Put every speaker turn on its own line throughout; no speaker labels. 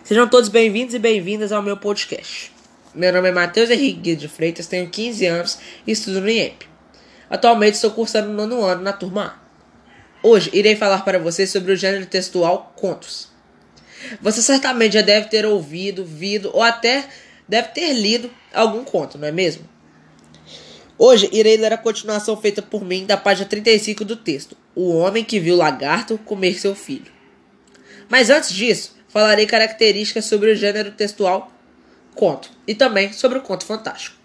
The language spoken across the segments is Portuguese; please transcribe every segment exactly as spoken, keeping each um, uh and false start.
Sejam todos bem-vindos e bem-vindas ao meu podcast. Meu nome é Matheus Henrique de Freitas, tenho quinze anos e estudo no I E P. Atualmente estou cursando o nono ano na turma A. Hoje irei falar para vocês sobre o gênero textual contos. Você certamente já deve ter ouvido, visto ou até deve ter lido algum conto, não é mesmo? Hoje irei ler a continuação feita por mim da página trinta e cinco do texto, O Homem que Viu o Lagarto Comer Seu Filho. Mas antes disso, falarei características sobre o gênero textual conto e também sobre o conto fantástico.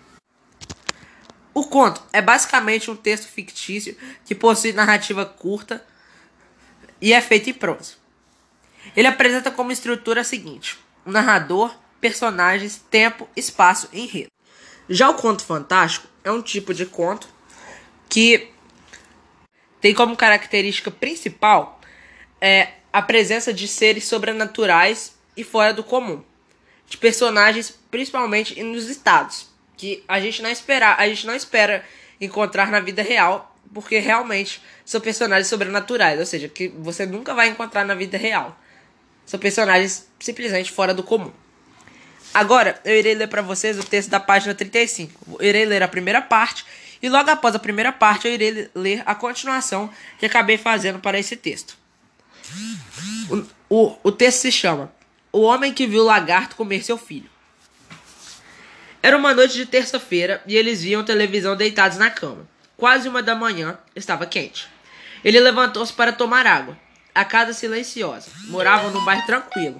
O conto é basicamente um texto fictício que possui narrativa curta e é feito em prosa. Ele apresenta como estrutura a seguinte: um narrador, personagens, tempo, espaço e enredo. Já o conto fantástico é um tipo de conto que tem como característica principal é, a presença de seres sobrenaturais e fora do comum, de personagens principalmente inusitados, que a gente não espera, a gente não espera encontrar na vida real, porque realmente são personagens sobrenaturais, ou seja, que você nunca vai encontrar na vida real. São personagens simplesmente fora do comum. Agora, eu irei ler para vocês o texto da página trinta e cinco. Eu irei ler a primeira parte e logo após a primeira parte eu irei ler a continuação que acabei fazendo para esse texto. O, o, o texto se chama O Homem que Viu o Lagarto Comer Seu Filho. Era uma noite de terça-feira e eles viam televisão deitados na cama. Quase uma da manhã, estava quente. Ele levantou-se para tomar água. A casa silenciosa. Moravam num bairro tranquilo.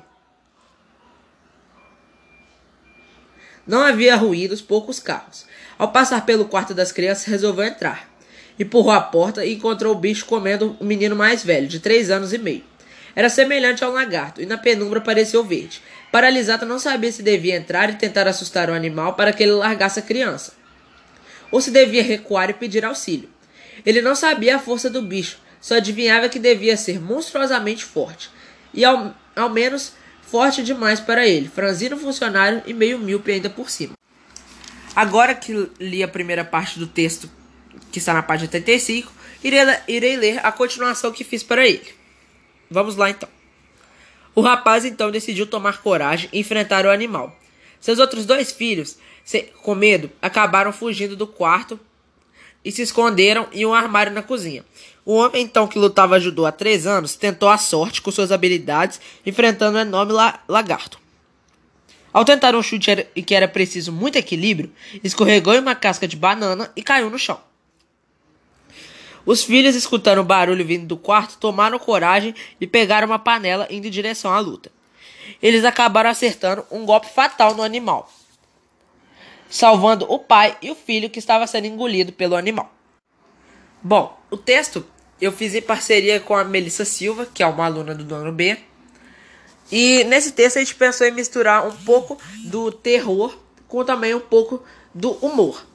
Não havia ruídos, poucos carros. Ao passar pelo quarto das crianças, resolveu entrar. Empurrou a porta e encontrou o bicho comendo o menino mais velho, de três anos e meio. Era semelhante a um lagarto, e na penumbra pareceu verde. Paralisado, não sabia se devia entrar e tentar assustar o animal para que ele largasse a criança, ou se devia recuar e pedir auxílio. Ele não sabia a força do bicho, só adivinhava que devia ser monstruosamente forte, e ao, ao menos forte demais para ele, franzino funcionário e meio míope ainda por cima. Agora que li a primeira parte do texto, que está na página trinta e cinco, irei, irei ler a continuação que fiz para ele. Vamos lá então. O rapaz então decidiu tomar coragem e enfrentar o animal. Seus outros dois filhos, com medo, acabaram fugindo do quarto e se esconderam em um armário na cozinha. O homem então que lutava judô há três anos tentou a sorte com suas habilidades, enfrentando um enorme la lagarto. Ao tentar um chute e que era preciso muito equilíbrio, escorregou em uma casca de banana e caiu no chão. Os filhos, escutando o barulho vindo do quarto, tomaram coragem e pegaram uma panela indo em direção à luta. Eles acabaram acertando um golpe fatal no animal, salvando o pai e o filho que estava sendo engolido pelo animal. Bom, o texto eu fiz em parceria com a Melissa Silva, que é uma aluna do nono B. E nesse texto a gente pensou em misturar um pouco do terror com também um pouco do humor.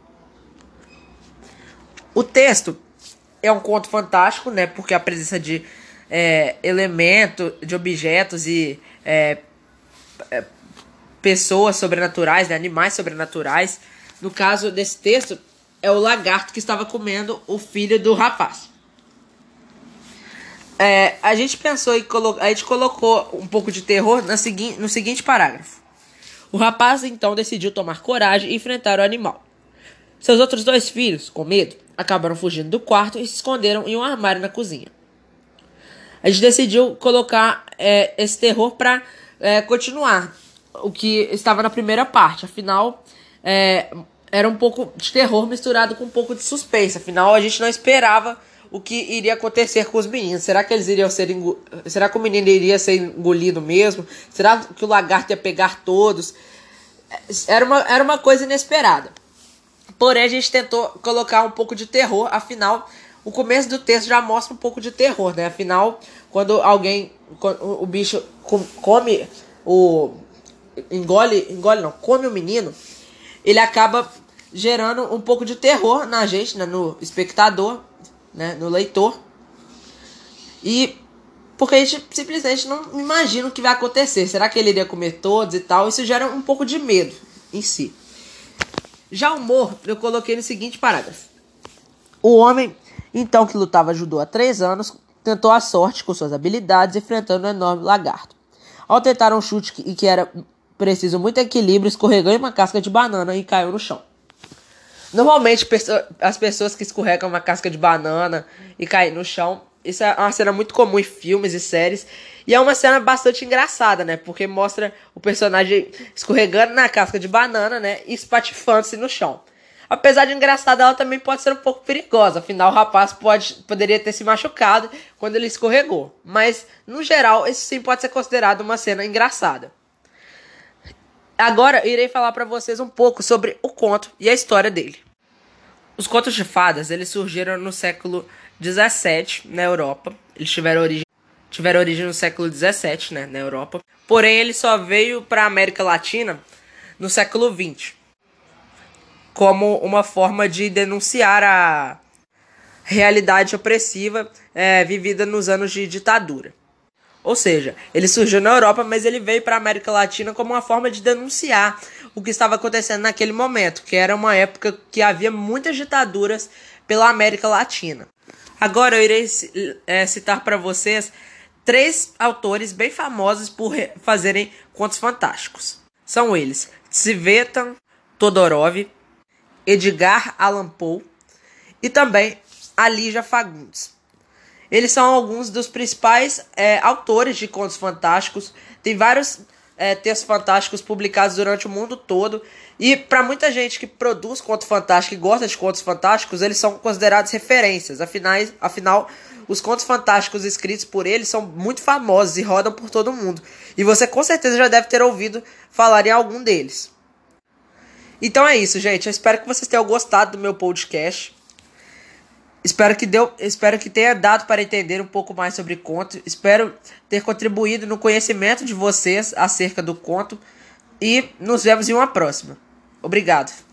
O texto é um conto fantástico, né? Porque a presença de é, elementos, de objetos e é, é, pessoas sobrenaturais, né? Animais sobrenaturais. No caso desse texto, é o lagarto que estava comendo o filho do rapaz. É, a gente pensou em colocar, a gente colocou um pouco de terror na segui no seguinte parágrafo. O rapaz então decidiu tomar coragem e enfrentar o animal. Seus outros dois filhos, com medo, acabaram fugindo do quarto e se esconderam em um armário na cozinha. A gente decidiu colocar é, esse terror para é, continuar o que estava na primeira parte. Afinal, é, era um pouco de terror misturado com um pouco de suspense. Afinal, a gente não esperava o que iria acontecer com os meninos. Será que eles iriam ser engol... Será que o menino iria ser engolido mesmo? Será que o lagarto ia pegar todos? Era uma, era uma coisa inesperada. Porém, a gente tentou colocar um pouco de terror. Afinal, o começo do texto já mostra um pouco de terror, né? Afinal, quando alguém, quando o bicho come, o engole, engole não, come o menino, ele acaba gerando um pouco de terror na gente, né? No espectador, né? No leitor. E porque a gente simplesmente não imagina o que vai acontecer. Será que ele iria comer todos e tal? Isso gera um pouco de medo em si. Já o humor, eu coloquei no seguinte parágrafo. O homem, então que lutava judô há três anos, tentou a sorte com suas habilidades, enfrentando um enorme lagarto. Ao tentar um chute que, que era preciso muito equilíbrio, escorregou em uma casca de banana e caiu no chão. Normalmente, as pessoas que escorregam uma casca de banana e caem no chão, isso é uma cena muito comum em filmes e séries. E é uma cena bastante engraçada, né? Porque mostra o personagem escorregando na casca de banana, né? E espatifando-se no chão. Apesar de engraçada, ela também pode ser um pouco perigosa. Afinal, o rapaz pode, poderia ter se machucado quando ele escorregou. Mas, no geral, isso sim pode ser considerado uma cena engraçada. Agora, irei falar para vocês um pouco sobre o conto e a história dele. Os contos de fadas, eles surgiram no século dezessete, na Europa. Eles tiveram origem, tiveram origem no século dezessete, né, na Europa. Porém, ele só veio para a América Latina no século vinte. Como uma forma de denunciar a realidade opressiva é, vivida nos anos de ditadura. Ou seja, ele surgiu na Europa, mas ele veio para a América Latina como uma forma de denunciar o que estava acontecendo naquele momento, que era uma época que havia muitas ditaduras pela América Latina. Agora eu irei é, citar para vocês três autores bem famosos por fazerem contos fantásticos. São eles Tsvetan Todorov, Edgar Allan Poe e também Alija Fagundes. Eles são alguns dos principais é, autores de contos fantásticos. Tem vários é, textos fantásticos publicados durante o mundo todo. E para muita gente que produz conto fantástico e gosta de contos fantásticos, eles são considerados referências. Afinal, afinal, os contos fantásticos escritos por eles são muito famosos e rodam por todo mundo. E você com certeza já deve ter ouvido falar em algum deles. Então é isso, gente. Eu espero que vocês tenham gostado do meu podcast. Espero que, deu, espero que tenha dado para entender um pouco mais sobre conto. Espero ter contribuído no conhecimento de vocês acerca do conto. E nos vemos em uma próxima. Obrigado.